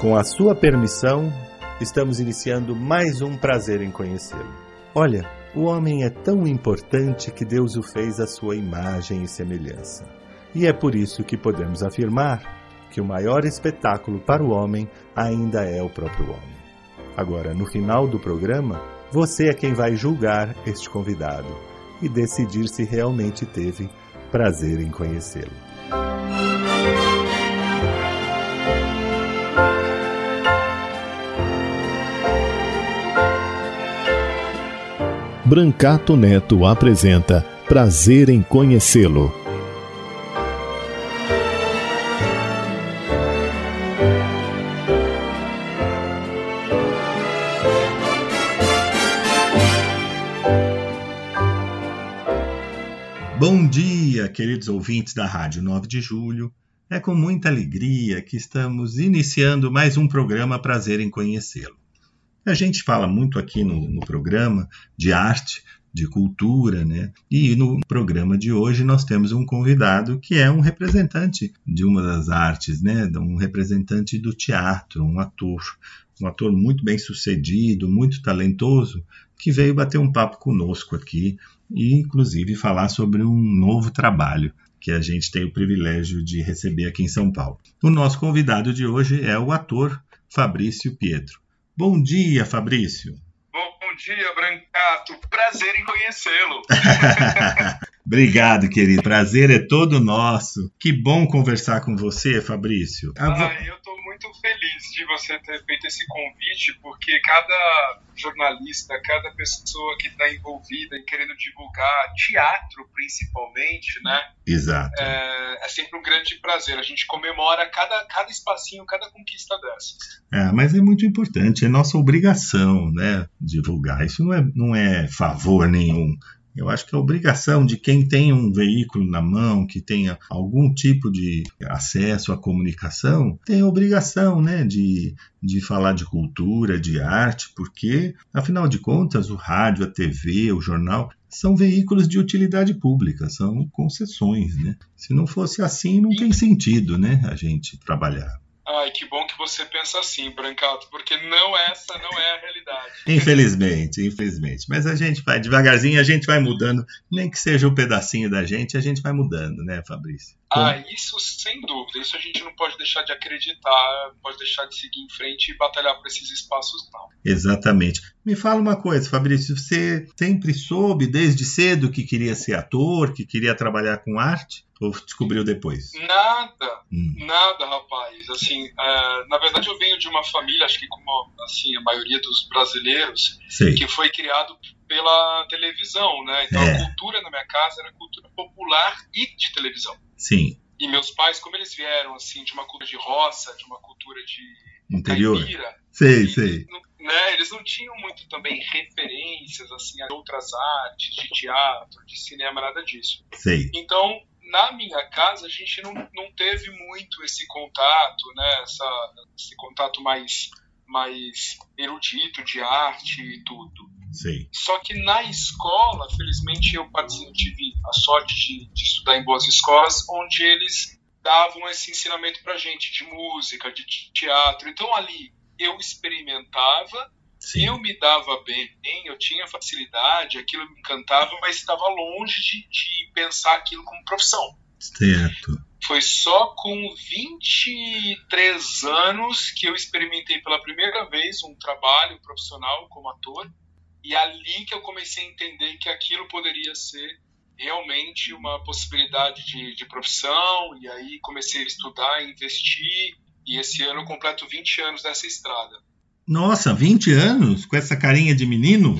Com a sua permissão, estamos iniciando mais um prazer em conhecê-lo. Olha, o homem é tão importante que Deus o fez à sua imagem e semelhança. E é por isso que podemos afirmar que o maior espetáculo para o homem ainda é o próprio homem. Agora, no final do programa, você é quem vai julgar este convidado e decidir se realmente teve prazer em conhecê-lo. Brancato Neto apresenta Prazer em Conhecê-lo. Bom dia, queridos ouvintes da Rádio 9 de Julho. É com muita alegria que estamos iniciando mais um programa Prazer em Conhecê-lo. A gente fala muito aqui no programa de arte, de cultura, né? E no programa de hoje nós temos um convidado que é um representante de uma das artes, né? Um representante do teatro, um ator muito bem sucedido, muito talentoso, que veio bater um papo conosco aqui e inclusive falar sobre um novo trabalho que a gente tem o privilégio de receber aqui em São Paulo. O nosso convidado de hoje é o ator Fabrício Pietro. Bom dia, Fabrício. Bom dia, Brancato. Prazer em conhecê-lo. Obrigado, querido. Prazer é todo nosso. Que bom conversar com você, Fabrício. Eu estou muito feliz de você ter feito esse convite, porque cada jornalista, cada pessoa que está envolvida em querendo divulgar teatro, principalmente, né? Exato. É sempre um grande prazer. A gente comemora cada espacinho, cada conquista dessas. Mas é muito importante, é nossa obrigação, né? Divulgar. Isso não é favor nenhum. Eu acho que a obrigação de quem tem um veículo na mão, que tenha algum tipo de acesso à comunicação, tem a obrigação, né, de falar de cultura, de arte, porque, afinal de contas, o rádio, a TV, o jornal são veículos de utilidade pública, são concessões, né? Se não fosse assim, não tem sentido, né, a gente trabalhar. Ai, que bom que você pensa assim, Brancato, porque essa não é a realidade. Infelizmente. Mas a gente vai devagarzinho, a gente vai mudando, nem que seja um pedacinho da gente, a gente vai mudando, né, Fabrício? Isso sem dúvida, isso a gente não pode deixar de acreditar, não pode deixar de seguir em frente e batalhar por esses espaços, não. Exatamente. Me fala uma coisa, Fabrício, você sempre soube desde cedo que queria ser ator, que queria trabalhar com arte? Ou descobriu depois? Nada, rapaz. Assim, na verdade eu venho de uma família, acho que como assim, a maioria dos brasileiros, que foi criado pela televisão, né? Então a cultura na minha casa era cultura popular e de televisão. Sim. E meus pais, como eles vieram assim de uma cultura de roça, de uma cultura de interior, caipira, sei. Né, eles não tinham muito também referências assim a outras artes, de teatro, de cinema, nada disso. Sei. Então, na minha casa, a gente não teve muito esse contato, né? Esse contato mais erudito de arte e tudo. Sim. Só que na escola, felizmente, eu tive a sorte de estudar em boas escolas, onde eles davam esse ensinamento pra gente de música, de teatro. Então, ali, eu experimentava, sim, eu me dava bem, eu tinha facilidade, aquilo me encantava, mas estava longe de pensar aquilo como profissão. Certo. Foi só com 23 anos que eu experimentei pela primeira vez um trabalho profissional como ator, e ali que eu comecei a entender que aquilo poderia ser realmente uma possibilidade de profissão, e aí comecei a estudar, investir, e esse ano eu completo 20 anos dessa estrada. Nossa, 20 anos? Com essa carinha de menino?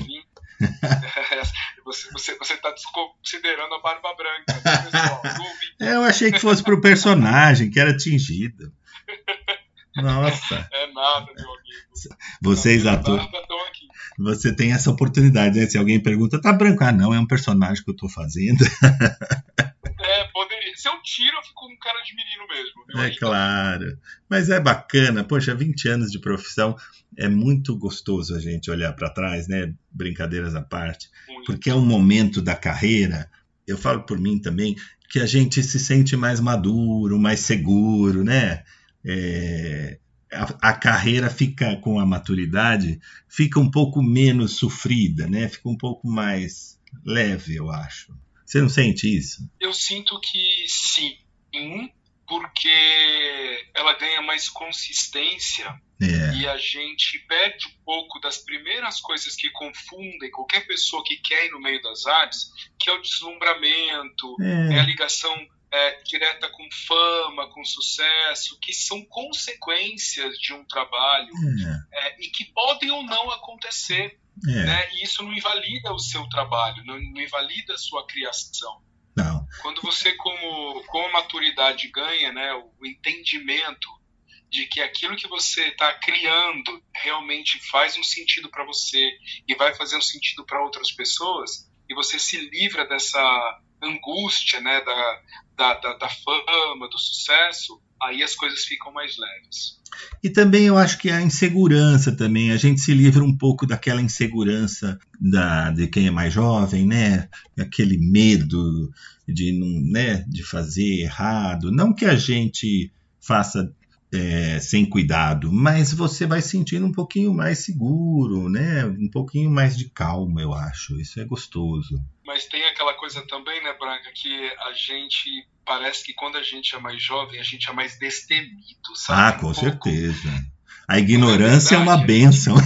Você está desconsiderando a barba branca, né, pessoal? Eu achei que fosse pro personagem, que era tingido. Nossa. É nada, meu amigo. Vocês, atores, você tem essa oportunidade, né? Se alguém pergunta, tá branco? Não, é um personagem que eu tô fazendo. Poderia. Se eu tiro, eu fico com cara de menino mesmo. Claro. Mas é bacana. Poxa, 20 anos de profissão. É muito gostoso a gente olhar para trás, né? Brincadeiras à parte. Muito. Porque é um momento da carreira, eu falo por mim também, que a gente se sente mais maduro, mais seguro, né? a carreira fica, com a maturidade, fica um pouco menos sofrida, né? Fica um pouco mais leve, eu acho. Você não sente isso? Eu sinto que sim, porque ela ganha mais consistência e a gente perde um pouco das primeiras coisas que confundem qualquer pessoa que quer ir no meio das artes, que é o deslumbramento, é a ligação direta com fama, com sucesso, que são consequências de um trabalho e que podem ou não acontecer. Né? E isso não invalida o seu trabalho, não invalida a sua criação. Não. Quando você, com a maturidade, ganha, né, o entendimento de que aquilo que você está criando realmente faz um sentido para você e vai fazer um sentido para outras pessoas, e você se livra dessa angústia, né, da fama, do sucesso, aí as coisas ficam mais leves. E também eu acho que a insegurança também, a gente se livra um pouco daquela insegurança de quem é mais jovem, né? Aquele medo de fazer errado. Não que a gente faça sem cuidado, mas você vai sentindo um pouquinho mais seguro, né? Um pouquinho mais de calma, eu acho. Isso é gostoso. Mas tem aquela coisa também, né, Branca, que a gente parece que quando a gente é mais jovem, a gente é mais destemido, sabe? Com certeza. A ignorância é uma bênção.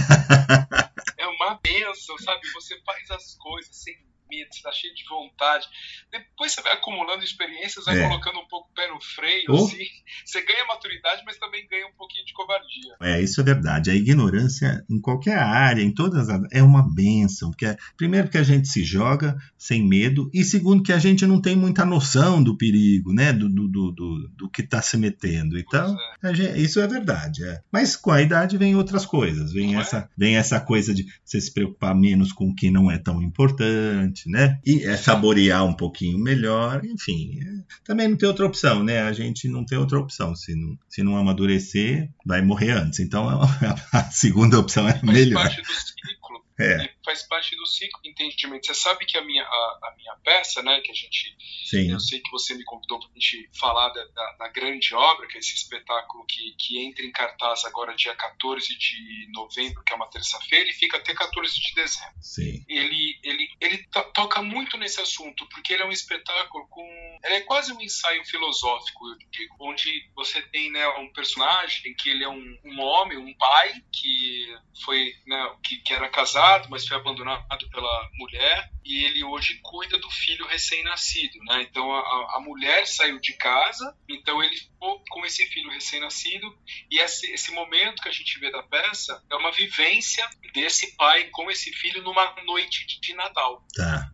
É uma bênção, sabe? Você faz as coisas sem medo, você tá cheio de vontade. Depois você vai acumulando experiências, vai colocando um pouco o pé no freio, assim. Você ganha maturidade, mas também ganha um pouquinho de covardia. Isso é verdade. A ignorância em qualquer área, em todas as áreas, é uma bênção. Porque, primeiro, que a gente se joga sem medo, e segundo, que a gente não tem muita noção do perigo, né? Do que está se metendo. Então, isso é verdade. Mas com a idade vem outras coisas. Vem essa coisa de você se preocupar menos com o que não é tão importante, né? E saborear um pouquinho melhor, enfim. Também não tem outra opção, né? A gente não tem outra opção. Se não amadurecer, vai morrer antes. Então, a segunda opção é melhor. Faz parte do ciclo. Faz parte do ciclo de entendimento. Você sabe que a minha peça, né, que a gente... Sim. Eu sei que você me convidou para a gente falar da grande obra, que é esse espetáculo que entra em cartaz agora dia 14 de novembro, que é uma terça-feira, e fica até 14 de dezembro. Sim. Ele toca muito nesse assunto, porque ele é um espetáculo ele é quase um ensaio filosófico, eu digo, onde você tem, né, um personagem que ele é um homem, um pai, que foi, né, que era casado, mas foi abandonado pela mulher, e ele hoje cuida do filho recém-nascido, né? Então a mulher saiu de casa, então ele ficou com esse filho recém-nascido, e esse momento que a gente vê da peça é uma vivência desse pai com esse filho numa noite de Natal. Tá.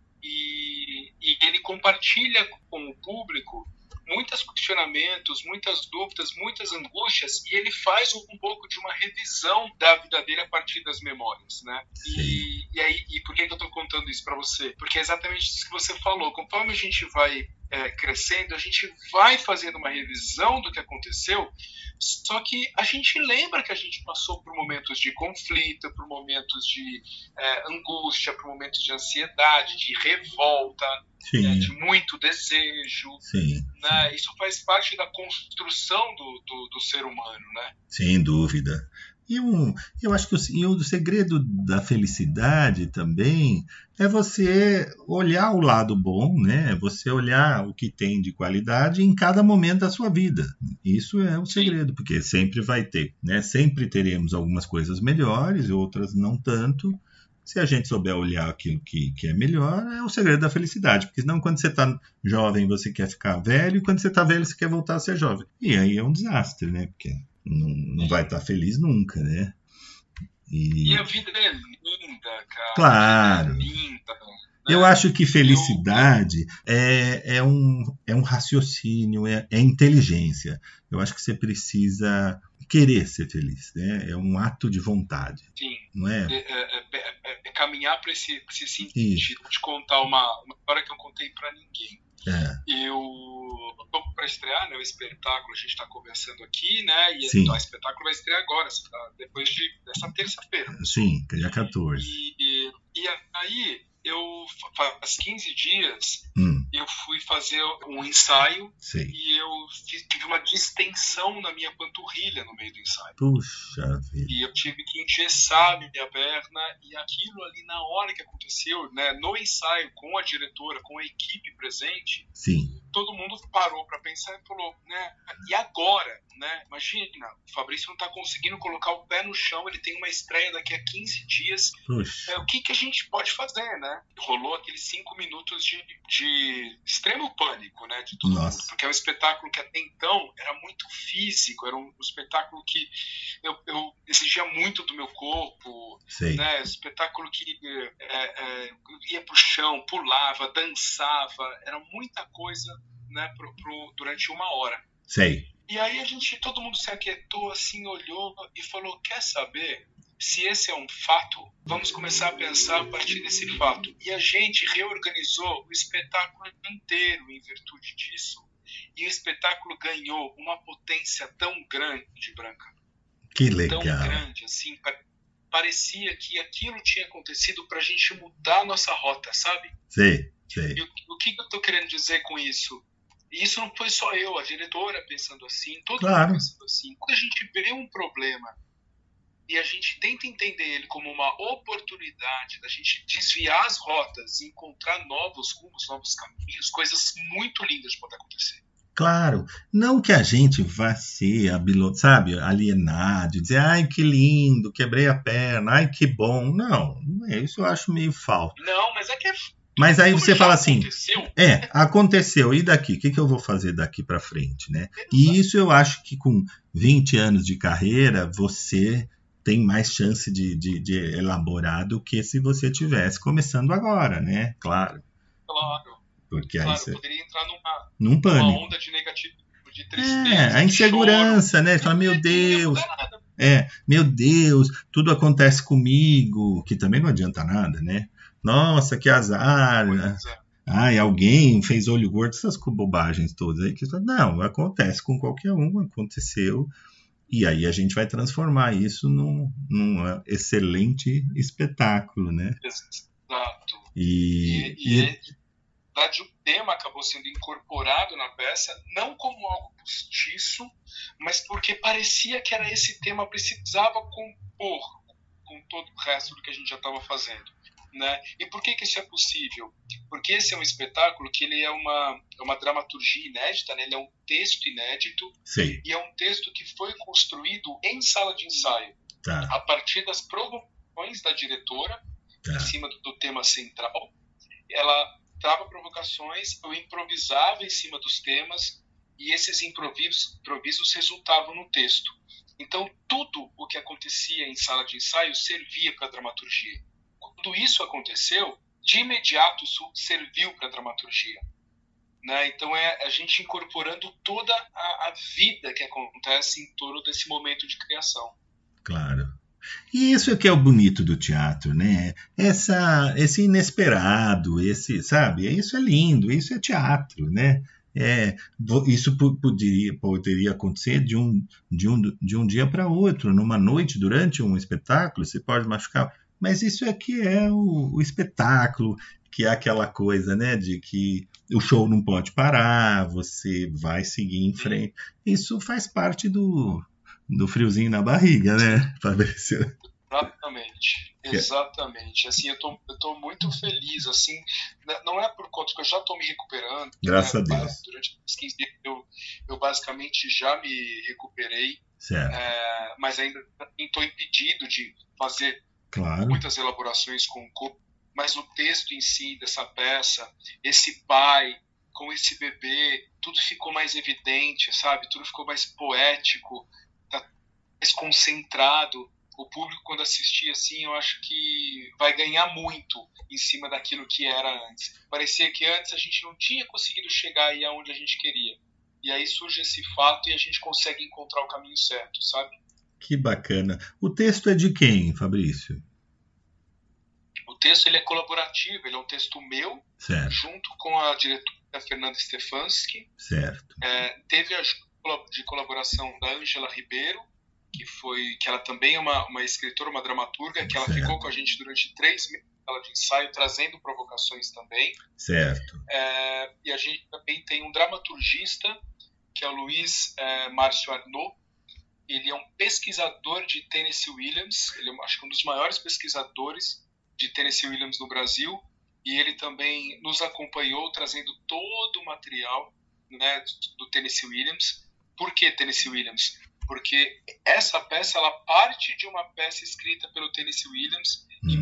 E ele compartilha com o público muitos questionamentos, muitas dúvidas, muitas angústias, e ele faz um pouco de uma revisão da vida dele a partir das memórias, né? E por que eu estou contando isso para você? Porque é exatamente isso que você falou. Conforme a gente vai crescendo, a gente vai fazendo uma revisão do que aconteceu, só que a gente lembra que a gente passou por momentos de conflito, por momentos de angústia, por momentos de ansiedade, de revolta, de muito desejo. Sim, né? Isso faz parte da construção do ser humano, né? Sem dúvida. E eu acho que o segredo da felicidade também é você olhar o lado bom, né? Você olhar o que tem de qualidade em cada momento da sua vida. Isso é o segredo, porque sempre vai ter, né? Sempre teremos algumas coisas melhores, outras não tanto. Se a gente souber olhar aquilo que é melhor, é o segredo da felicidade. Porque senão, quando você está jovem, você quer ficar velho, e quando você está velho, você quer voltar a ser jovem. E aí é um desastre, né? Porque não vai estar feliz nunca, né? E a vida é linda, cara. Claro. A vida é linda, né? Eu acho que felicidade é um raciocínio, é inteligência. Eu acho que você precisa querer ser feliz, né? É um ato de vontade. Sim. Não é? É caminhar para esse sentido. Vou te contar uma história que eu contei para ninguém. Eu estou para estrear, né, o espetáculo, a gente está conversando aqui, né? E o espetáculo vai estrear agora, depois dessa terça-feira. Sim, dia 14. E aí, faz 15 dias, eu fui fazer um ensaio. Sim. E eu tive uma distensão na minha panturrilha no meio do ensaio. Puxa vida. E eu tive que engessar minha perna, e aquilo ali, na hora que aconteceu, né, no ensaio, com a diretora, com a equipe presente, Sim. todo mundo parou para pensar e falou, né, e agora, né, imagina, o Fabrício não está conseguindo colocar o pé no chão, ele tem uma estreia daqui a 15 dias, o que a gente pode fazer, né? Rolou aqueles 5 minutos de extremo pânico, né, de todo mundo, porque é um espetáculo que até então era muito físico, era um espetáculo que eu exigia muito do meu corpo, né, espetáculo que ia pro chão, pulava, dançava, era muita coisa, né, durante 1 hora. Sei. E aí todo mundo se aquietou, assim, olhou e falou, quer saber? Se esse é um fato, vamos começar a pensar a partir desse fato. E a gente reorganizou o espetáculo inteiro em virtude disso. E o espetáculo ganhou uma potência tão grande, Branca. Que legal. Tão grande, assim, parecia que aquilo tinha acontecido para a gente mudar a nossa rota, sabe? Sei. E o que eu estou querendo dizer com isso? E isso não foi só eu, a diretora pensando assim, todo mundo pensando assim. Quando a gente vê um problema e a gente tenta entender ele como uma oportunidade da gente desviar as rotas e encontrar novos rumos, novos caminhos, coisas muito lindas podem acontecer. Claro, não que a gente vá ser, sabe, alienado, dizer, ai, que lindo, quebrei a perna, ai, que bom. Não, isso eu acho meio falso. Não, mas é que Mas aí você fala assim, aconteceu, e daqui? O que eu vou fazer daqui para frente, né? E isso eu acho que com 20 anos de carreira, você tem mais chance de elaborar do que se você tivesse começando agora, né? Claro. Porque aí você poderia entrar num pânico. Uma onda de negativo, de tristeza, a insegurança, choro, né? Você fala, meu Deus, tudo acontece comigo, que também não adianta nada, né? Nossa, que azar. Ai, alguém fez olho gordo, essas bobagens todas aí. Não, acontece com qualquer um, aconteceu. E aí a gente vai transformar isso num excelente espetáculo, né? Exato. O tema acabou sendo incorporado na peça, não como algo postiço, mas porque parecia que era esse tema, precisava compor com todo o resto do que a gente já estava fazendo. Né? E por que isso é possível? Porque esse é um espetáculo que ele é uma dramaturgia inédita, né? Ele é um texto inédito. Sim. E é um texto que foi construído em sala de ensaio, a partir das provocações da diretora, em cima do tema central. Ela dava provocações, eu improvisava em cima dos temas, e esses improvisos resultavam no texto. Então tudo o que acontecia em sala de ensaio servia para a dramaturgia. Quando isso aconteceu, de imediato serviu para a dramaturgia. Né? Então é a gente incorporando toda a vida que acontece em torno desse momento de criação. Claro. E isso é que é o bonito do teatro, né? Esse inesperado, sabe? Isso é lindo, isso é teatro, né? Isso poderia acontecer de um dia para outro, numa noite, durante um espetáculo, você pode machucar. Mas isso é que é o espetáculo, que é aquela coisa, né, de que o show não pode parar, você vai seguir em frente. Isso faz parte do friozinho na barriga, né, Fabrício? Exatamente. Assim, eu tô muito feliz, assim, não é por conta que eu já tô me recuperando. Graças a Deus. Durante os 15 dias eu basicamente já me recuperei. Certo. Mas ainda estou impedido de fazer muitas elaborações com o corpo, mas o texto em si dessa peça, esse pai com esse bebê, tudo ficou mais evidente, sabe? Tudo ficou mais poético, mais concentrado. O público, quando assistir assim, eu acho que vai ganhar muito em cima daquilo que era antes. Parecia que antes a gente não tinha conseguido chegar aí aonde a gente queria. E aí surge esse fato e a gente consegue encontrar o caminho certo, sabe? Que bacana. O texto é de quem, Fabrício? O texto ele é colaborativo, ele é um texto meu, junto com a diretora Fernanda Stefanski. Certo. Teve a de colaboração da Ângela Ribeiro, que ela também é uma escritora, uma dramaturga, que ela ficou com a gente durante 3 meses de ensaio, trazendo provocações também. Certo. E a gente também tem um dramaturgista, que é o Luiz Márcio Arnaud. Ele é um pesquisador de Tennessee Williams, ele é, acho que um dos maiores pesquisadores de Tennessee Williams no Brasil, e ele também nos acompanhou trazendo todo o material, né, do Tennessee Williams. Por que Tennessee Williams? Porque essa peça ela parte de uma peça escrita pelo Tennessee Williams em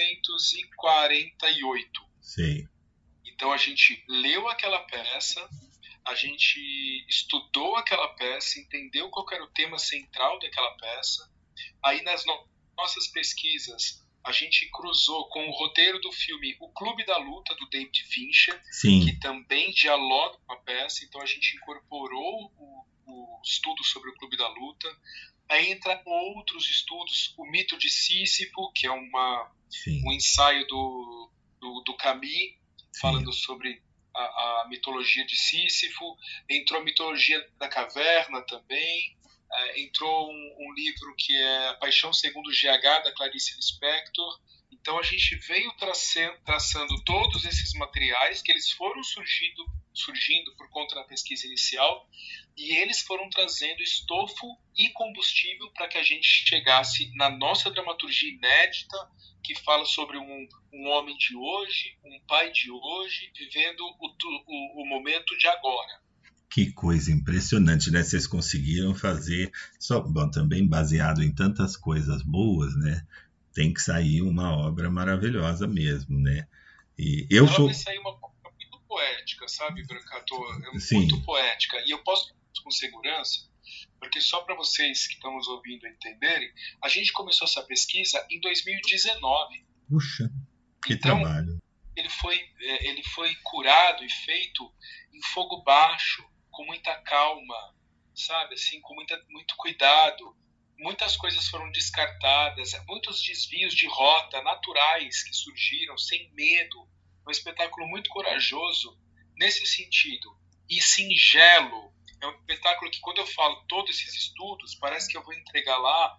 1948. Sim. Então a gente leu aquela peça, a gente estudou aquela peça, entendeu qual era o tema central daquela peça. Aí nas nossas pesquisas a gente cruzou com o roteiro do filme O Clube da Luta, do David Fincher, Sim. que também dialoga com a peça. Então a gente incorporou o estudo sobre o Clube da Luta. Aí entra outros estudos, o mito de Sísifo, que é um ensaio do Camus, falando sobre a mitologia de Sísifo. Entrou a mitologia da caverna também. Entrou um livro que é A Paixão Segundo GH, da Clarice Lispector. Então a gente veio traçando todos esses materiais, que eles foram surgindo por conta da pesquisa inicial, e eles foram trazendo estofo e combustível para que a gente chegasse na nossa dramaturgia inédita, que fala sobre um homem de hoje, um pai de hoje, vivendo o momento de agora. Que coisa impressionante, né? Vocês conseguiram fazer, também baseado em tantas coisas boas, né? Tem que sair uma obra maravilhosa mesmo, né? E vai sair uma obra muito poética, sabe, Brancato? Muito poética. E eu posso dizer com segurança, porque só para vocês que estão nos ouvindo entenderem, a gente começou essa pesquisa em 2019. Puxa, que trabalho. Ele foi curado e feito em fogo baixo, com muita calma, sabe, assim, com muito cuidado. Muitas coisas foram descartadas, muitos desvios de rota naturais que surgiram sem medo. Um espetáculo muito corajoso nesse sentido e singelo. É um espetáculo que, quando eu falo todos esses estudos, parece que eu vou entregar lá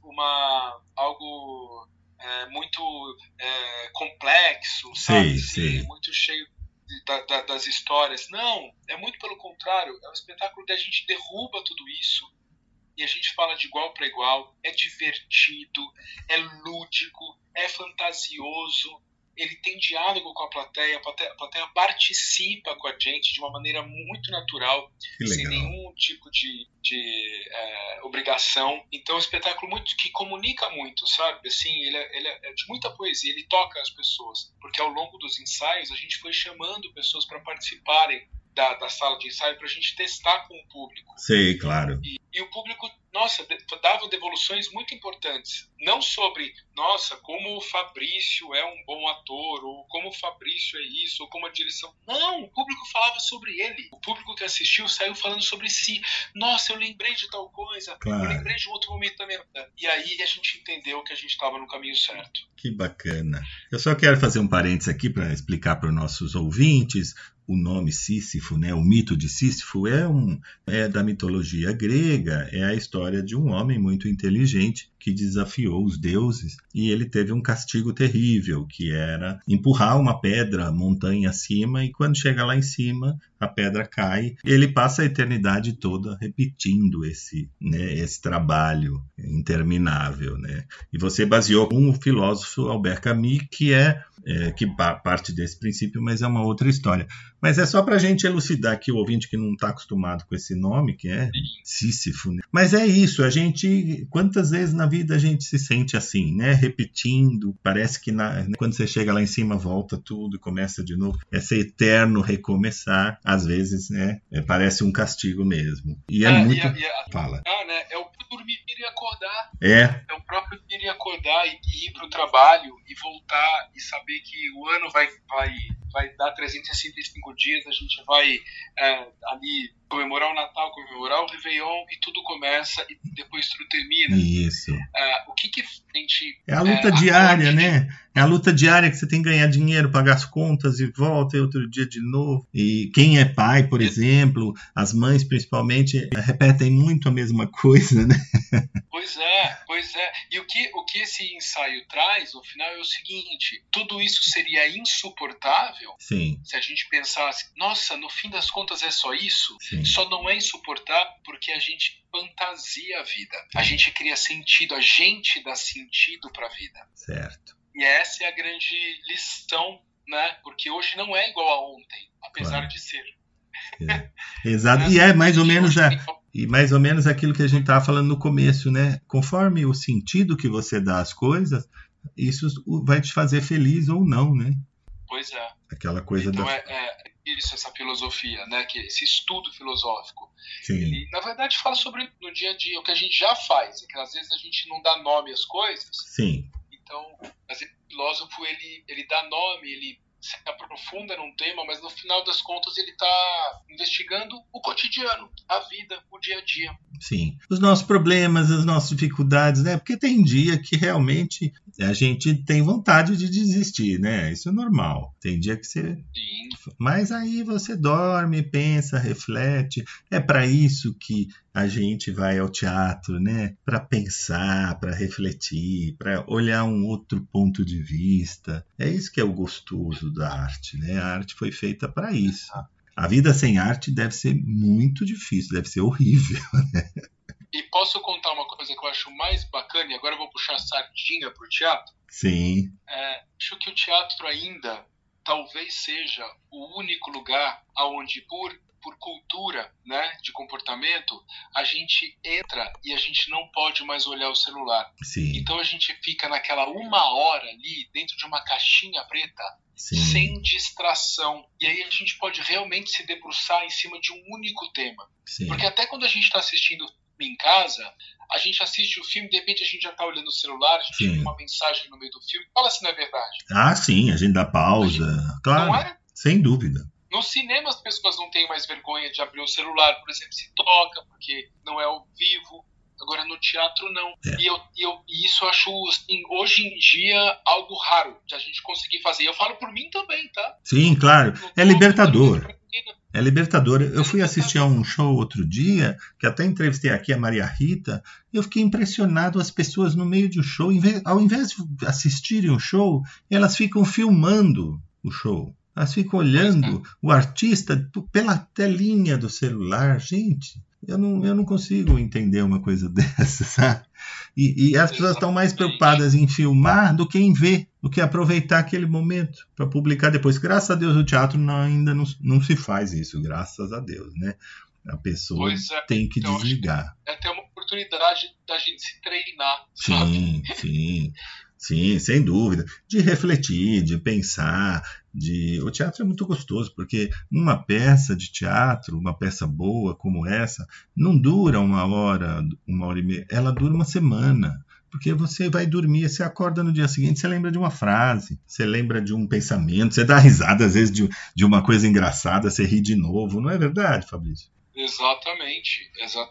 algo muito complexo, sabe? Sim. Muito cheio das histórias. Não, é muito pelo contrário. É um espetáculo onde a gente derruba tudo isso e a gente fala de igual para igual. É divertido, é lúdico, é fantasioso. Ele tem diálogo com a plateia participa com a gente de uma maneira muito natural, sem nenhum tipo de obrigação. Então é um espetáculo que comunica muito, sabe? Assim, ele é de muita poesia, ele toca as pessoas, porque ao longo dos ensaios a gente foi chamando pessoas para participarem da sala de ensaio para a gente testar com o público. Sei, claro. E o público, dava devoluções muito importantes. Não sobre, como o Fabrício é um bom ator, ou como o Fabrício é isso, ou como a direção. Não, o público falava sobre ele. O público que assistiu saiu falando sobre si. Nossa, eu lembrei de tal coisa, claro. Eu lembrei de um outro momento da minha vida. E aí a gente entendeu que a gente estava no caminho certo. Que bacana. Eu só quero fazer um parênteses aqui para explicar para os nossos ouvintes. O nome Sísifo, né? O mito de Sísifo é da mitologia grega, é a história de um homem muito inteligente que desafiou os deuses e ele teve um castigo terrível, que era empurrar uma pedra montanha acima, e quando chega lá em cima a pedra cai. Ele passa a eternidade toda repetindo esse trabalho interminável, né? E você baseou com o filósofo Albert Camus, que parte desse princípio, mas é uma outra história. Mas é só para a gente elucidar aqui o ouvinte que não está acostumado com esse nome, que é Sísifo, né? Mas é isso, quantas vezes na vida a gente se sente assim, né? Repetindo, parece que quando você chega lá em cima volta tudo e começa de novo. Esse eterno recomeçar, às vezes, né? Parece um castigo mesmo. E Fala. Né? É o dormir e acordar. É o próprio dormir e acordar e ir para o trabalho e voltar e saber que o ano vai dar 365 dias, a gente vai ali comemorar o Natal, comemorar o Réveillon, e tudo começa e depois tudo termina. Isso. O que a gente... É a luta diária, né? É a luta diária que você tem que ganhar dinheiro, pagar as contas e volta, e outro dia de novo. E quem é pai, por exemplo, as mães principalmente, repetem muito a mesma coisa, né? Pois Pois é. E o que esse ensaio traz, no final, é o seguinte: tudo isso seria insuportável Sim. se a gente pensasse, nossa, no fim das contas é só isso? Sim. Só não é insuportável porque a gente fantasia a vida. A gente cria sentido, a gente dá sentido para a vida. Certo. E essa é a grande lição, né? Porque hoje não é igual a ontem, apesar de ser. Exato. E é mais ou menos mais ou menos aquilo que a gente estava falando no começo, né? Conforme o sentido que você dá às coisas, isso vai te fazer feliz ou não, né? Pois é. Aquela coisa então isso, essa filosofia, né? Que esse estudo filosófico. Sim. Ele, na verdade, fala sobre no dia a dia o que a gente já faz, é que às vezes a gente não dá nome às coisas. Sim. Então, às vezes, o filósofo ele dá nome, ele se aprofunda num tema, mas no final das contas ele está investigando o cotidiano, a vida, o dia a dia. Sim. Os nossos problemas, as nossas dificuldades, né? Porque tem dia que realmente a gente tem vontade de desistir, né? Isso é normal. Tem dia que você... Sim. Mas aí você dorme, pensa, reflete. É para isso que a gente vai ao teatro, né? Para pensar, para refletir, para olhar um outro ponto de vista. É isso que é o gostoso da arte, né? A arte foi feita para isso. A vida sem arte deve ser muito difícil, deve ser horrível, né? E posso contar uma coisa que eu acho mais bacana, e agora eu vou puxar a sardinha pro teatro? Sim. Acho que o teatro ainda talvez seja o único lugar onde, por cultura, né, de comportamento, a gente entra e a gente não pode mais olhar o celular. Sim. Então a gente fica naquela 1 hora ali, dentro de uma caixinha preta, Sim. sem distração. E aí a gente pode realmente se debruçar em cima de um único tema. Sim. Porque até quando a gente está assistindo em casa, a gente assiste o filme, de repente a gente já está olhando o celular, a gente vê uma mensagem no meio do filme, fala se não é verdade. Ah, sim, a gente dá pausa, claro, não é? Sem dúvida. No cinema as pessoas não têm mais vergonha de abrir o celular, por exemplo, se toca, porque não é ao vivo. Agora no teatro não. E isso eu acho, assim, hoje em dia, algo raro de a gente conseguir fazer. Eu falo por mim também, tá? Sim, claro. É libertador. É libertador. Eu fui assistir a um show outro dia, que até entrevistei aqui a Maria Rita, e eu fiquei impressionado, as pessoas no meio do show, ao invés de assistirem o show, elas ficam filmando o show. Elas ficam olhando o artista pela telinha do celular. Gente, eu não consigo entender uma coisa dessa, sabe? E as pessoas estão mais preocupadas em filmar do que em ver, do que aproveitar aquele momento para publicar depois. Graças a Deus o teatro ainda não se faz isso, graças a Deus, né? A pessoa tem que desligar. É até uma oportunidade da gente se treinar. Sim, sim. Sim, sem dúvida. De refletir, de pensar. O teatro é muito gostoso, porque uma peça de teatro, uma peça boa como essa, não dura 1 hora, 1h30, ela dura 1 semana. Porque você vai dormir, você acorda no dia seguinte, você lembra de uma frase, você lembra de um pensamento, você dá risada às vezes de uma coisa engraçada, você ri de novo. Não é verdade, Fabrício? Exatamente.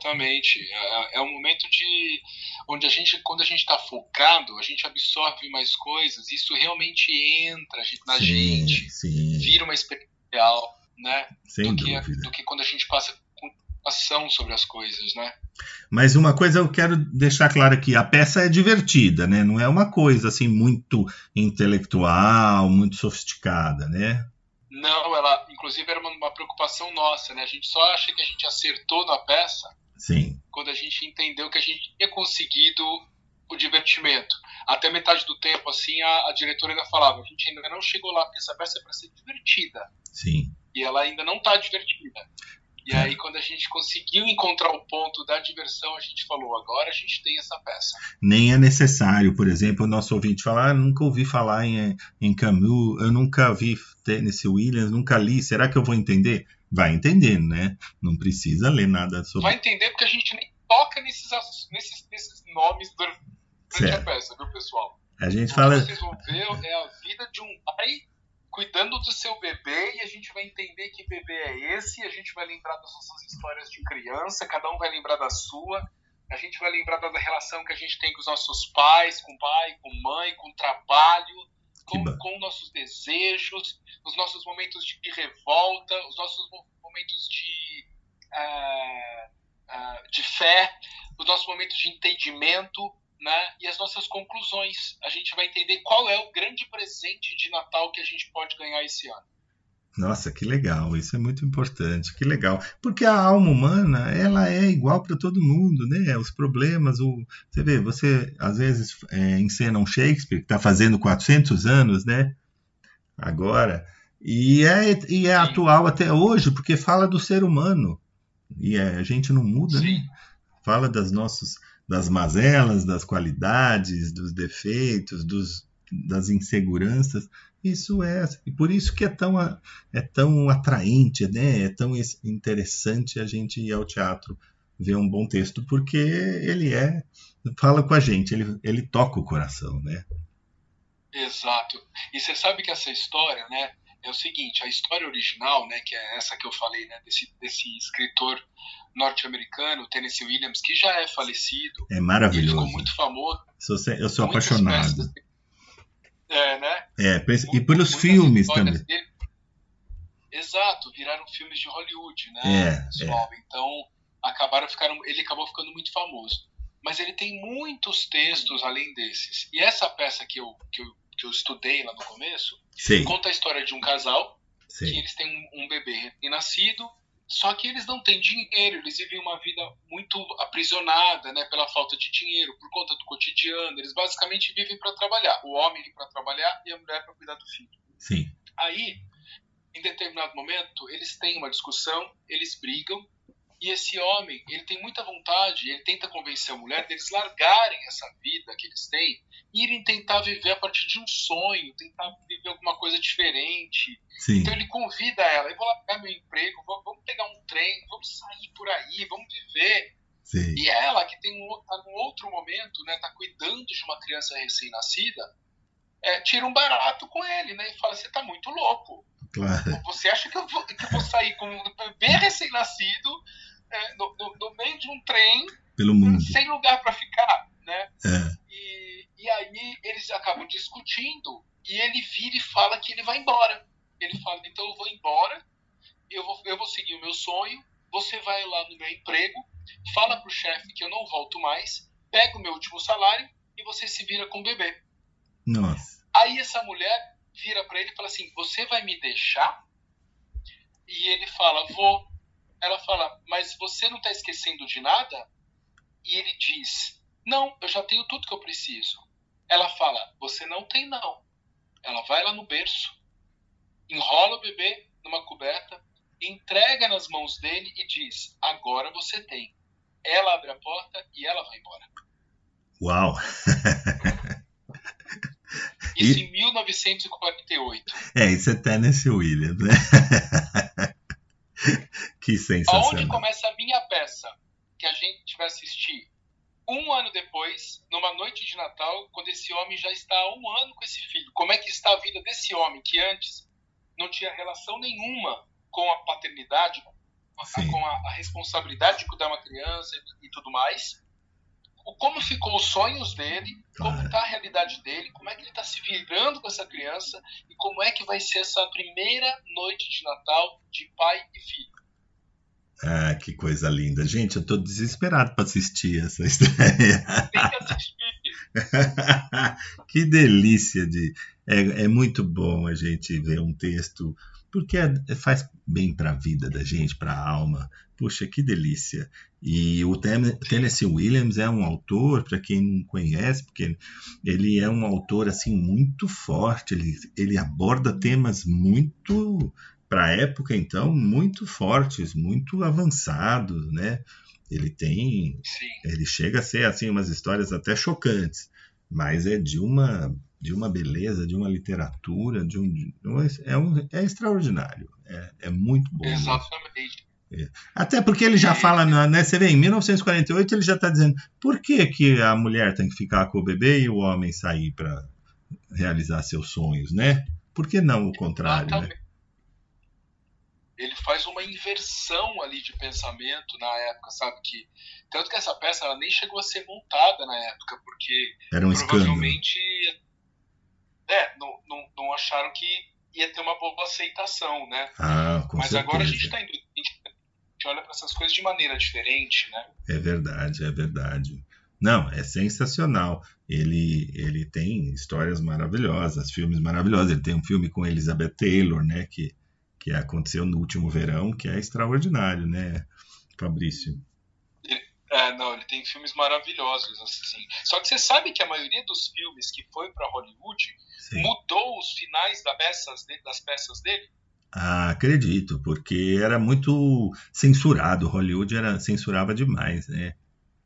É um momento onde quando a gente está focado, a gente absorve mais coisas, isso realmente entra na gente, vira uma experiência real, né? Sem dúvida. Do que quando a gente passa com ação sobre as coisas, né? Mas uma coisa eu quero deixar claro aqui, a peça é divertida, né? Não é uma coisa assim muito intelectual, muito sofisticada, né? Não, ela, inclusive, era uma preocupação nossa, né? A gente só acha que a gente acertou na peça quando a gente entendeu que a gente tinha conseguido o divertimento. Até metade do tempo, assim, a diretora ainda falava, a gente ainda não chegou lá, porque essa peça é para ser divertida. Sim. E ela ainda não está divertida. E aí, quando a gente conseguiu encontrar o ponto da diversão, a gente falou, agora a gente tem essa peça. Nem é necessário, por exemplo, o nosso ouvinte falar, nunca ouvi falar em Camus, eu nunca vi Tennessee Williams, nunca li, será que eu vou entender? Vai entender, né? Não precisa ler nada sobre... Vai entender porque a gente nem toca nesses nomes durante a peça, viu, pessoal? A gente fala... Vocês vão ver, é a vida de um pai cuidando do seu bebê, e a gente vai entender que bebê é esse, e a gente vai lembrar das nossas histórias de criança, cada um vai lembrar da sua, a gente vai lembrar da relação que a gente tem com os nossos pais, com pai, com mãe, com trabalho, com nossos desejos, os nossos momentos de revolta, os nossos momentos de fé, o nosso momento de entendimento, né, e as nossas conclusões. A gente vai entender qual é o grande presente de Natal que a gente pode ganhar esse ano. Nossa, que legal, isso é muito importante, que legal. Porque a alma humana, ela é igual para todo mundo, né? Os problemas, você vê, você às vezes encena um Shakespeare, que está fazendo 400 anos, né? Agora, e é atual até hoje, porque fala do ser humano, e a gente não muda, Sim. né? Fala das mazelas, das qualidades, dos defeitos, das inseguranças. Isso e por isso que é tão atraente, né? É tão interessante a gente ir ao teatro ver um bom texto, porque ele fala com a gente, ele toca o coração, né? Exato. E você sabe que essa história, né, é o seguinte, a história original, né, que é essa que eu falei, né, desse escritor norte-americano, Tennessee Williams, que já é falecido. É maravilhoso. Ele ficou muito famoso. Eu sou apaixonado. Né? E pelos filmes também. Dele, exato, viraram filmes de Hollywood, né, pessoal? Então, ele acabou ficando muito famoso. Mas ele tem muitos textos além desses. E essa peça que eu estudei lá no começo, conta a história de um casal, que eles têm um bebê recém-nascido, só que eles não têm dinheiro, eles vivem uma vida muito aprisionada, né, pela falta de dinheiro, por conta do cotidiano. Eles basicamente vivem para trabalhar. O homem para trabalhar e a mulher para cuidar do filho. Sim. Aí, em determinado momento, eles têm uma discussão, eles brigam, e esse homem, ele tem muita vontade, ele tenta convencer a mulher deles largarem essa vida que eles têm e irem tentar viver a partir de um sonho, tentar viver alguma coisa diferente. Sim. Então ele convida ela, eu vou largar meu emprego, vamos pegar um trem, vamos sair por aí, vamos viver. Sim. E ela, que tá num outro momento, né, tá cuidando de uma criança recém-nascida, tira um barato com ele, né, e fala, você tá muito louco. Claro. Você acha que eu vou sair com um bebê recém-nascido no meio de um trem, pelo mundo, sem lugar para ficar, né? É. E aí eles acabam discutindo e ele vira e fala que ele vai embora. Ele fala, então eu vou embora, eu vou seguir o meu sonho, você vai lá no meu emprego, fala pro chefe que eu não volto mais, pega o meu último salário e você se vira com o bebê. Nossa. Aí essa mulher vira para ele e fala assim, você vai me deixar? E ele fala, vou. Ela fala, mas você não está esquecendo de nada? E ele diz, não, eu já tenho tudo que eu preciso. Ela fala, você não tem não. Ela vai lá no berço, enrola o bebê numa coberta, entrega nas mãos dele e diz, agora você tem. Ela abre a porta e ela vai embora. Uau! Isso em 1948. Isso é Tennessee Williams, né? Que sensacional. Aonde começa a minha peça, que a gente vai assistir um ano depois, numa noite de Natal, quando esse homem já está há um ano com esse filho. Como é que está a vida desse homem, que antes não tinha relação nenhuma com a paternidade, com a responsabilidade de cuidar de uma criança e tudo mais. Como ficou os sonhos dele, como está a realidade dele, como é que ele está se virando com essa criança e como é que vai ser essa primeira noite de Natal de pai e filho. Ah, que coisa linda. Gente, eu estou desesperado para assistir essa estreia. Tem que assistir. Que delícia é muito bom a gente ver um texto, porque faz bem para a vida da gente, para a alma. Puxa, que delícia. E o Tennessee Williams é um autor, para quem não conhece, porque ele é um autor assim muito forte, ele aborda temas muito, para a época então, muito fortes, muito avançados, né? Ele chega a ser assim umas histórias até chocantes, mas é de uma beleza, de uma literatura, é extraordinário, é muito bom. Exatamente. Até porque ele já fala, né? Você vê, em 1948 ele já está dizendo por que a mulher tem que ficar com o bebê e o homem sair para realizar seus sonhos, né? Por que não o contrário, né? Ele faz uma inversão ali de pensamento na época, sabe? Tanto que essa peça ela nem chegou a ser montada na época, porque era um provavelmente não acharam que ia ter uma boa aceitação, né? Com Mas certeza. Agora a gente está em gente olha para essas coisas de maneira diferente, né? É verdade, é verdade. Não, é sensacional. Ele tem histórias maravilhosas, filmes maravilhosos. Ele tem um filme com Elizabeth Taylor, né, que aconteceu no último verão, que é extraordinário, né, Fabrício? Não, ele tem filmes maravilhosos, assim. Só que você sabe que a maioria dos filmes que foi para Hollywood Sim. mudou os finais das peças dele? Ah, acredito, porque era muito censurado. Hollywood censurava demais, né?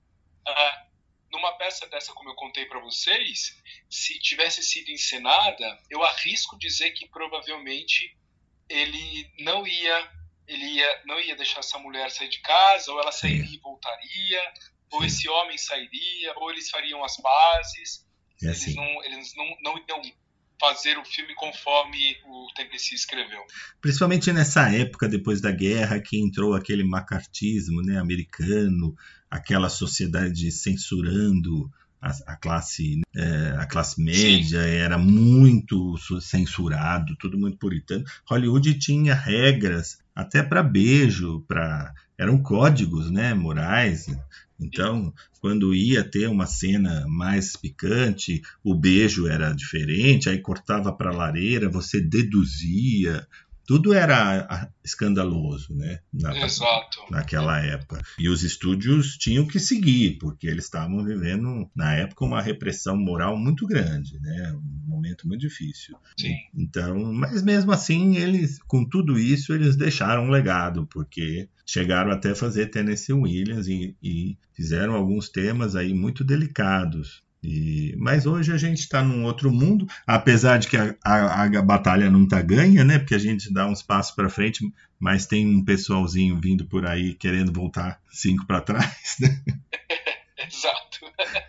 Numa peça dessa, como eu contei para vocês, se tivesse sido encenada, eu arrisco dizer que provavelmente ele não ia deixar essa mulher sair de casa, ou ela sairia e voltaria, ou esse homem sairia, ou eles fariam as pazes. Assim. Eles não iam fazer o filme conforme o Templici escreveu. Principalmente nessa época, depois da guerra, que entrou aquele macartismo, né, americano, aquela sociedade censurando a classe média. Sim. Era muito censurado, tudo muito puritano. Hollywood tinha regras até para beijo, eram códigos, né, morais. Então, quando ia ter uma cena mais picante, o beijo era diferente, aí cortava para a lareira, você deduzia. Tudo era escandaloso, né? Exato. Naquela época. E os estúdios tinham que seguir, porque eles estavam vivendo, na época, uma repressão moral muito grande, né? Um momento muito difícil. Sim. Então, mas mesmo assim, eles, com tudo isso, eles deixaram um legado, porque chegaram até a fazer Tennessee Williams e fizeram alguns temas aí muito delicados. Mas hoje a gente está num outro mundo, apesar de que a batalha não está ganha, né? Porque a gente dá uns passos para frente, mas tem um pessoalzinho vindo por aí querendo voltar 5 para trás, né? Exato.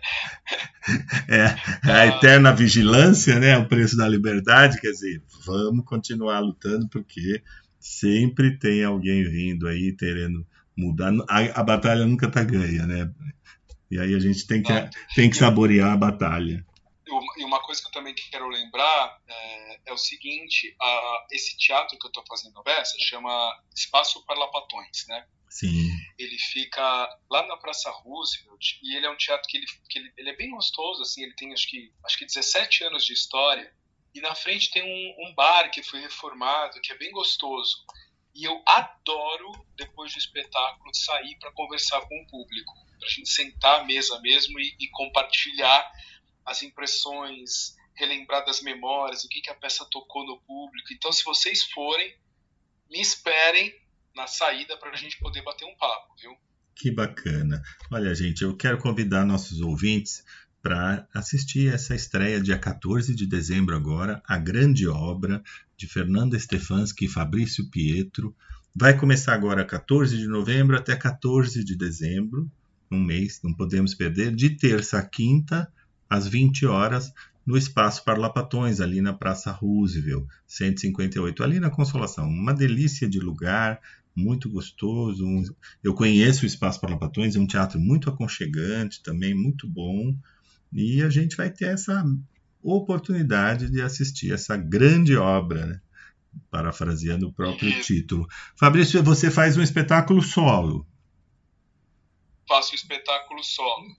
A eterna vigilância, né? O preço da liberdade, quer dizer, vamos continuar lutando porque sempre tem alguém vindo aí querendo mudar. A batalha nunca está ganha, né? E aí a gente tem que saborear a batalha. E uma coisa que eu também quero lembrar é o seguinte, esse teatro que eu estou fazendo agora chama Espaço Parlapatões, né? Sim. Ele fica lá na Praça Roosevelt e ele é um teatro que ele é bem gostoso, assim, ele tem acho que 17 anos de história e na frente tem um bar que foi reformado, que é bem gostoso. E eu adoro, depois do espetáculo, sair para conversar com o público, para a gente sentar à mesa mesmo e compartilhar as impressões, relembrar das memórias, o que a peça tocou no público. Então, se vocês forem, me esperem na saída para a gente poder bater um papo, viu? Que bacana. Olha, gente, eu quero convidar nossos ouvintes para assistir essa estreia dia 14 de dezembro agora, a grande obra de Fernanda Stefanski e Fabrício Pietro. Vai começar agora 14 de novembro até 14 de dezembro, um mês, não podemos perder, de terça a quinta, às 20 horas, no Espaço Parlapatões, ali na Praça Roosevelt, 158, ali na Consolação. Uma delícia de lugar, muito gostoso. Eu conheço o Espaço Parlapatões, é um teatro muito aconchegante, também muito bom. E a gente vai ter essa oportunidade de assistir essa grande obra, né? Parafraseando o próprio título. Fabrício, você faz um espetáculo solo. Faço um espetáculo solo.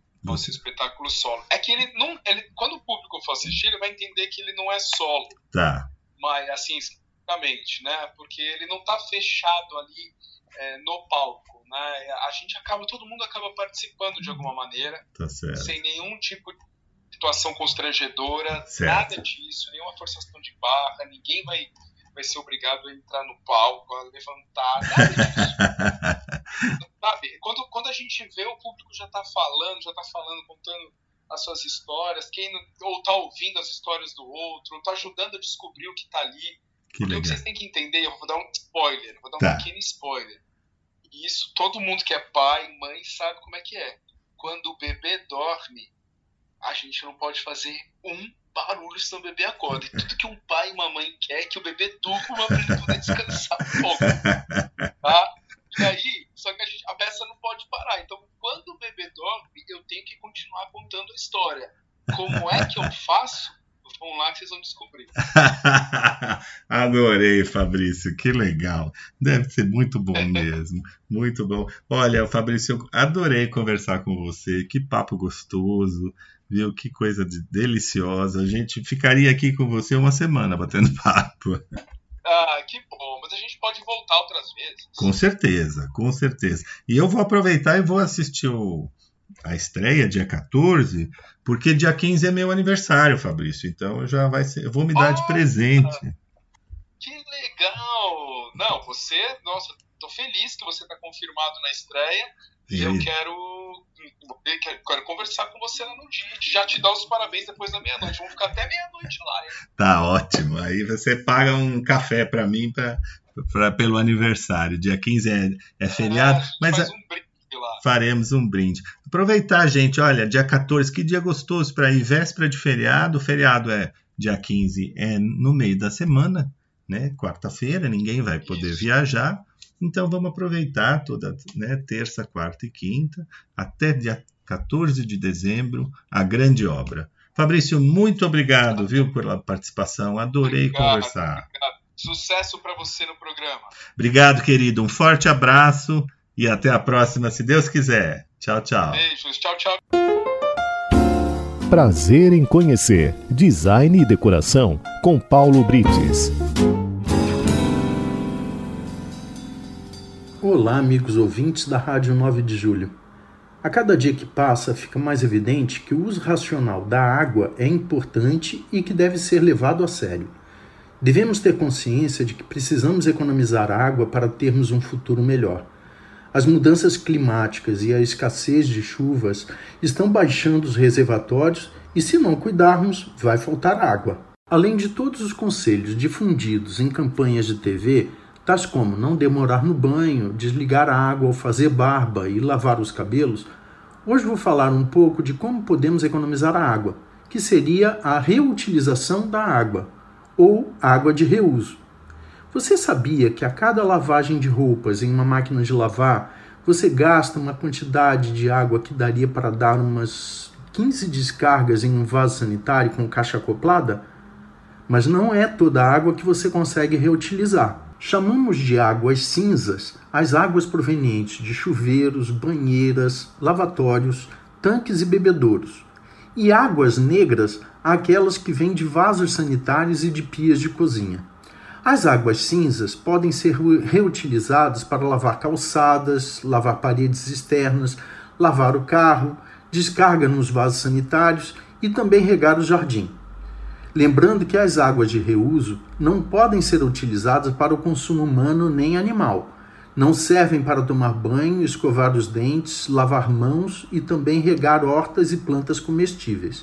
É que quando o público for assistir, ele vai entender que ele não é solo. Tá. Mas, assim, exatamente, né? Porque ele não está fechado ali no palco, né? Todo mundo acaba participando de alguma maneira. Tá certo. Sem nenhum tipo de situação constrangedora, certo. Nada disso, nenhuma forçação de barra, ninguém vai ser obrigado a entrar no palco, a levantar, nada disso. Sabe? Quando a gente vê, o público já está falando, contando as suas histórias, ou está ouvindo as histórias do outro, ou está ajudando a descobrir o que está ali. Porque o que vocês têm que entender, eu vou dar um spoiler, um pequeno spoiler. E isso todo mundo que é pai, mãe, sabe como é que é. Quando o bebê dorme, a gente não pode fazer um barulho senão o bebê acorda. E tudo que um pai e uma mãe quer é que o bebê durma para ele poder descansar um pouco. Tá? E aí, só que a peça não pode parar. Então, quando o bebê dorme, eu tenho que continuar contando a história. Como é que eu faço? Vão lá que vocês vão descobrir. Adorei, Fabrício, que legal. Deve ser muito bom mesmo, muito bom. Olha, Fabrício, eu adorei conversar com você, que papo gostoso, viu? Que coisa deliciosa. A gente ficaria aqui com você uma semana batendo papo. Ah, que bom, mas a gente pode voltar outras vezes. Com certeza, com certeza. E eu vou aproveitar e vou assistir a estreia dia 14, porque dia 15 é meu aniversário, Fabrício. Então eu vou me dar de presente. Que legal! Não, nossa, tô feliz que você tá confirmado na estreia. E eu quero conversar com você lá no dia, já te dar os parabéns depois da meia-noite. Vamos ficar até meia-noite lá. Hein? Tá ótimo. Aí você paga um café para mim pelo aniversário. Dia 15 é feriado, mas faz um brinde lá. Faremos um brinde. Aproveitar, gente, olha, dia 14, que dia gostoso para ir, véspera de feriado. O feriado é dia 15, é no meio da semana, né? Quarta-feira, ninguém vai poder viajar. Então vamos aproveitar toda, né, terça, quarta e quinta, até dia 14 de dezembro, a grande obra. Fabrício, muito obrigado, viu, pela participação. Adorei conversar. Obrigado. Sucesso para você no programa. Obrigado, querido. Um forte abraço e até a próxima, se Deus quiser. Tchau, tchau. Beijos. Tchau, tchau. Prazer em conhecer Design e Decoração com Paulo Brites. Olá, amigos ouvintes da Rádio 9 de Julho. A cada dia que passa, fica mais evidente que o uso racional da água é importante e que deve ser levado a sério. Devemos ter consciência de que precisamos economizar água para termos um futuro melhor. As mudanças climáticas e a escassez de chuvas estão baixando os reservatórios e, se não cuidarmos, vai faltar água. Além de todos os conselhos difundidos em campanhas de TV, tais como não demorar no banho, desligar a água ao fazer barba e lavar os cabelos, hoje vou falar um pouco de como podemos economizar a água, que seria a reutilização da água, ou água de reuso. Você sabia que a cada lavagem de roupas em uma máquina de lavar, você gasta uma quantidade de água que daria para dar umas 15 descargas em um vaso sanitário com caixa acoplada? Mas não é toda a água que você consegue reutilizar. Chamamos de águas cinzas as águas provenientes de chuveiros, banheiras, lavatórios, tanques e bebedouros. E águas negras aquelas que vêm de vasos sanitários e de pias de cozinha. As águas cinzas podem ser reutilizadas para lavar calçadas, lavar paredes externas, lavar o carro, descarga nos vasos sanitários e também regar o jardim. Lembrando que as águas de reuso não podem ser utilizadas para o consumo humano nem animal. Não servem para tomar banho, escovar os dentes, lavar mãos e também regar hortas e plantas comestíveis.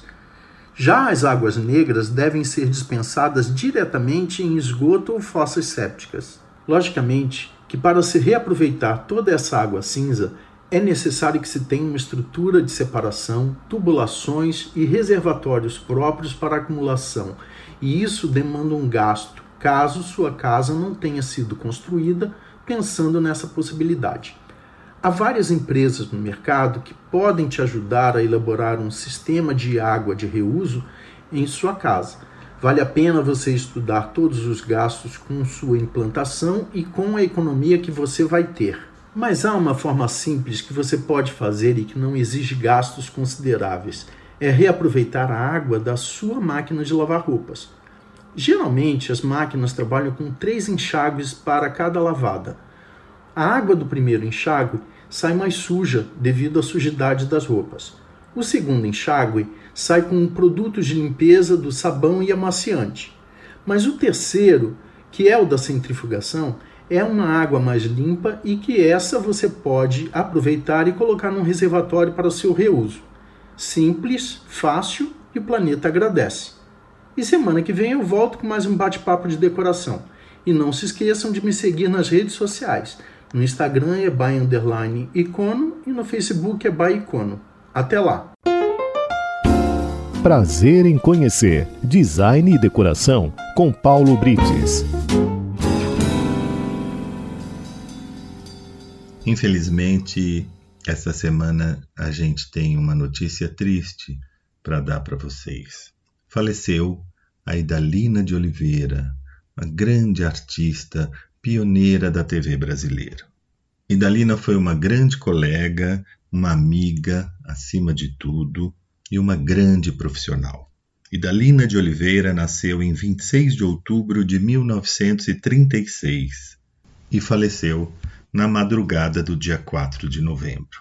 Já as águas negras devem ser dispensadas diretamente em esgoto ou fossas sépticas. Logicamente que para se reaproveitar toda essa água cinza, é necessário que se tenha uma estrutura de separação, tubulações e reservatórios próprios para acumulação, e isso demanda um gasto, caso sua casa não tenha sido construída pensando nessa possibilidade. Há várias empresas no mercado que podem te ajudar a elaborar um sistema de água de reuso em sua casa. Vale a pena você estudar todos os gastos com sua implantação e com a economia que você vai ter. Mas há uma forma simples que você pode fazer e que não exige gastos consideráveis. É reaproveitar a água da sua máquina de lavar roupas. Geralmente, as máquinas trabalham com 3 enxágues para cada lavada. A água do primeiro enxágue sai mais suja devido à sujidade das roupas. O segundo enxágue sai com produtos de limpeza do sabão e amaciante. Mas o terceiro, que é o da centrifugação, é uma água mais limpa e que essa você pode aproveitar e colocar num reservatório para o seu reuso. Simples, fácil e o planeta agradece. E semana que vem eu volto com mais um bate-papo de decoração. E não se esqueçam de me seguir nas redes sociais. No Instagram é @icono e no Facebook é @icono. Até lá! Prazer em conhecer Design e Decoração com Paulo Brites. Infelizmente, essa semana a gente tem uma notícia triste para dar para vocês. Faleceu a Idalina de Oliveira, uma grande artista, pioneira da TV brasileira. Idalina foi uma grande colega, uma amiga, acima de tudo, e uma grande profissional. Idalina de Oliveira nasceu em 26 de outubro de 1936 e faleceu na madrugada do dia 4 de novembro.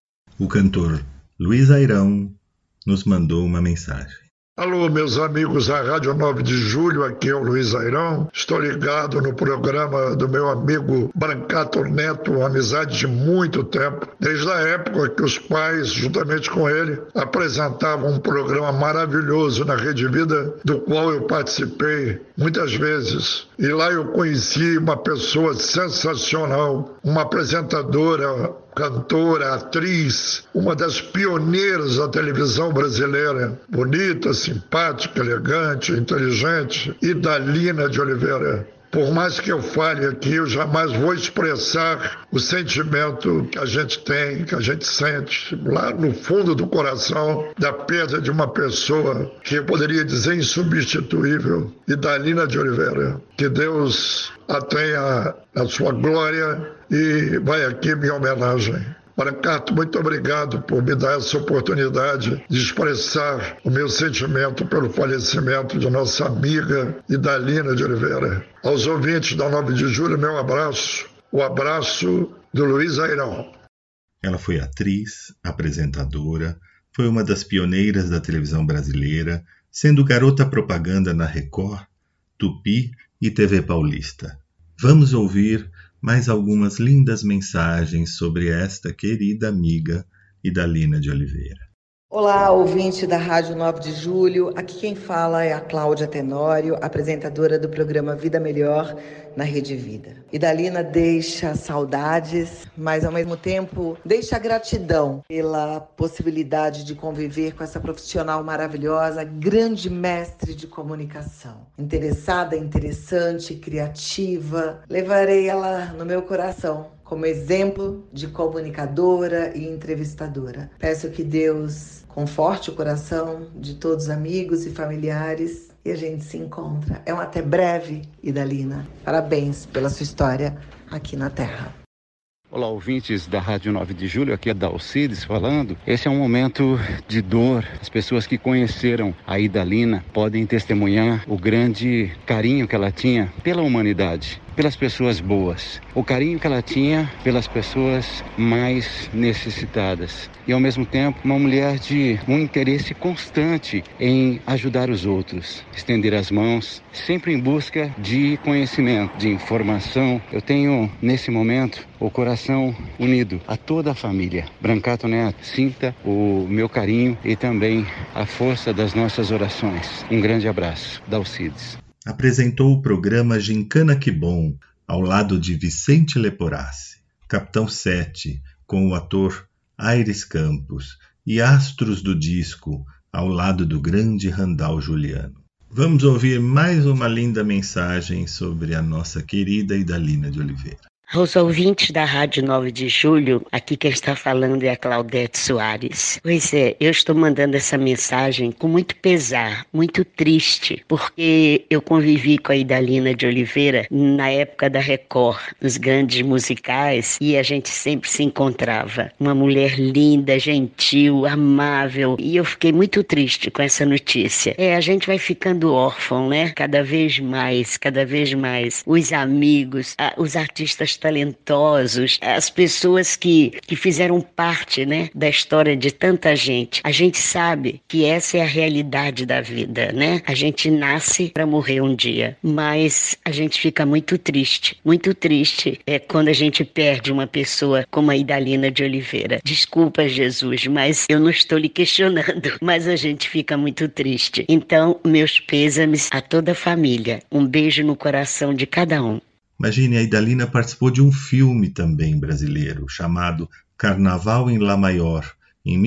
O cantor Luiz Airão nos mandou uma mensagem. Alô, meus amigos da Rádio 9 de Julho, aqui é o Luiz Airão. Estou ligado no programa do meu amigo Brancato Neto, uma amizade de muito tempo. Desde a época que os pais, juntamente com ele, apresentavam um programa maravilhoso na Rede Vida, do qual eu participei muitas vezes. E lá eu conheci uma pessoa sensacional, uma apresentadora, cantora, atriz, uma das pioneiras da televisão brasileira, bonita, simpática, elegante, inteligente, Idalina de Oliveira. Por mais que eu fale aqui, eu jamais vou expressar o sentimento que a gente tem, que a gente sente lá no fundo do coração da perda de uma pessoa que eu poderia dizer insubstituível, Idalina de Oliveira. Que Deus a tenha na sua glória e vai aqui minha homenagem. Brancato, muito obrigado por me dar essa oportunidade de expressar o meu sentimento pelo falecimento de nossa amiga Idalina de Oliveira. Aos ouvintes da 9 de Julho, meu abraço, o abraço do Luiz Airão. Ela foi atriz, apresentadora, foi uma das pioneiras da televisão brasileira, sendo garota propaganda na Record, Tupi e TV Paulista. Vamos ouvir mais algumas lindas mensagens sobre esta querida amiga Idalina de Oliveira. Olá, ouvinte da Rádio 9 de Julho. Aqui quem fala é a Cláudia Tenório, apresentadora do programa Vida Melhor na Rede Vida. Idalina deixa saudades, mas ao mesmo tempo deixa gratidão pela possibilidade de conviver com essa profissional maravilhosa, grande mestre de comunicação. Interessada, interessante, criativa. Levarei ela no meu coração como exemplo de comunicadora e entrevistadora. Peço que Deus conforte o coração de todos os amigos e familiares e a gente se encontra. É um até breve, Idalina. Parabéns pela sua história aqui na Terra. Olá, ouvintes da Rádio 9 de Julho, aqui é Dalcides falando. Esse é um momento de dor. As pessoas que conheceram a Idalina podem testemunhar o grande carinho que ela tinha pela humanidade, pelas pessoas boas, o carinho que ela tinha pelas pessoas mais necessitadas. E ao mesmo tempo, uma mulher de um interesse constante em ajudar os outros, estender as mãos, sempre em busca de conhecimento, de informação. Eu tenho, nesse momento, o coração unido a toda a família. Brancato Neto, sinta o meu carinho e também a força das nossas orações. Um grande abraço. Dalcides. Apresentou o programa Gincana Que Bom, ao lado de Vicente Leporassi, Capitão 7, com o ator Aires Campos, e Astros do Disco, ao lado do grande Randall Juliano. Vamos ouvir mais uma linda mensagem sobre a nossa querida Idalina de Oliveira. Aos ouvintes da Rádio 9 de Julho, aqui quem está falando é a Claudete Soares. Pois é, eu estou mandando essa mensagem com muito pesar, muito triste, porque eu convivi com a Idalina de Oliveira na época da Record, nos grandes musicais, e a gente sempre se encontrava. Uma mulher linda, gentil, amável, e eu fiquei muito triste com essa notícia. A gente vai ficando órfão, né? Cada vez mais. Os amigos, os artistas talentosos, as pessoas que fizeram parte, né, da história de tanta gente. A gente sabe que essa é a realidade da vida, né? A gente nasce para morrer um dia, mas a gente fica muito triste quando a gente perde uma pessoa como a Idalina de Oliveira. Desculpa, Jesus, mas eu não estou lhe questionando, mas a gente fica muito triste. Então, meus pêsames a toda a família. Um beijo no coração de cada um. Imagine, a Idalina participou de um filme também brasileiro, chamado Carnaval em Lá Maior, em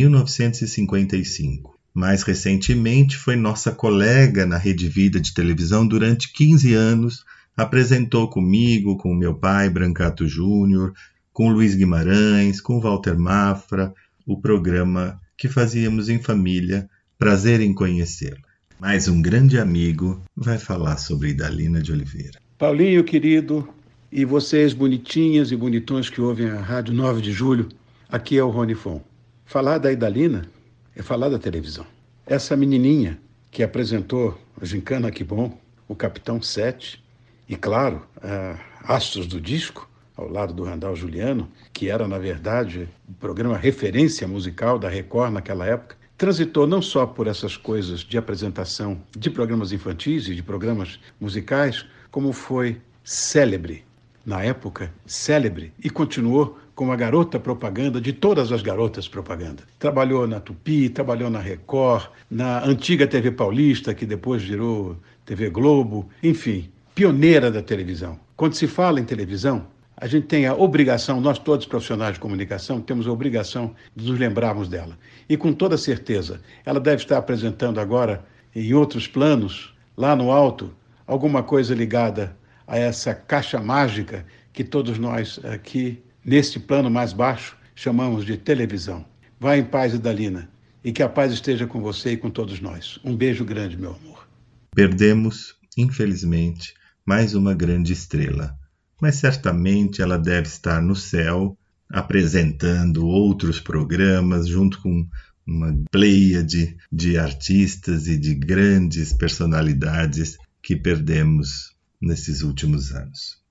1955. Mais recentemente, foi nossa colega na Rede Vida de televisão durante 15 anos, apresentou comigo, com meu pai, Brancato Júnior, com Luiz Guimarães, com Walter Mafra, o programa que fazíamos em família. Prazer em conhecê-la. Mais um grande amigo vai falar sobre Idalina de Oliveira. Paulinho, querido, e vocês bonitinhas e bonitões que ouvem a Rádio 9 de Julho, aqui é o Rony Fon. Falar da Idalina é falar da televisão. Essa menininha que apresentou a Gincana Que Bom, o Capitão 7, e claro, Astros do Disco, ao lado do Randall Juliano, que era, na verdade, o programa referência musical da Record naquela época, transitou não só por essas coisas de apresentação de programas infantis e de programas musicais, como foi célebre, na época, célebre, e continuou como a garota propaganda de todas as garotas propaganda. Trabalhou na Tupi, trabalhou na Record, na antiga TV Paulista, que depois virou TV Globo, enfim, pioneira da televisão. Quando se fala em televisão, a gente tem a obrigação, nós todos profissionais de comunicação, temos a obrigação de nos lembrarmos dela. E com toda certeza, ela deve estar apresentando agora, em outros planos, lá no alto, alguma coisa ligada a essa caixa mágica que todos nós aqui, neste plano mais baixo, chamamos de televisão. Vá em paz, Idalina, e que a paz esteja com você e com todos nós. Um beijo grande, meu amor. Perdemos, infelizmente, mais uma grande estrela. Mas certamente ela deve estar no céu, apresentando outros programas, junto com uma pleiade de artistas e de grandes personalidades que perdemos nesses últimos anos.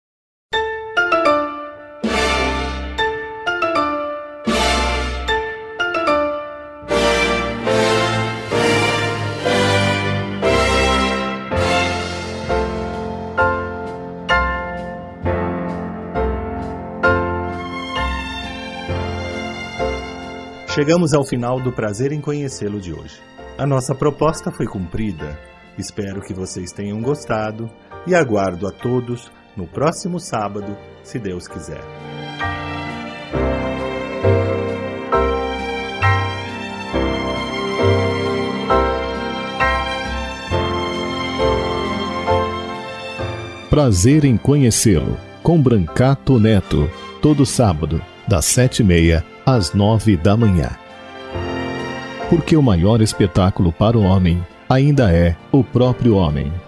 Chegamos ao final do Prazer em Conhecê-lo de hoje. A nossa proposta foi cumprida. Espero que vocês tenham gostado e aguardo a todos no próximo sábado, se Deus quiser. Prazer em Conhecê-lo, com Brancato Neto, todo sábado, das 7h30 às 9 da manhã. Porque o maior espetáculo para o homem ainda é o próprio homem.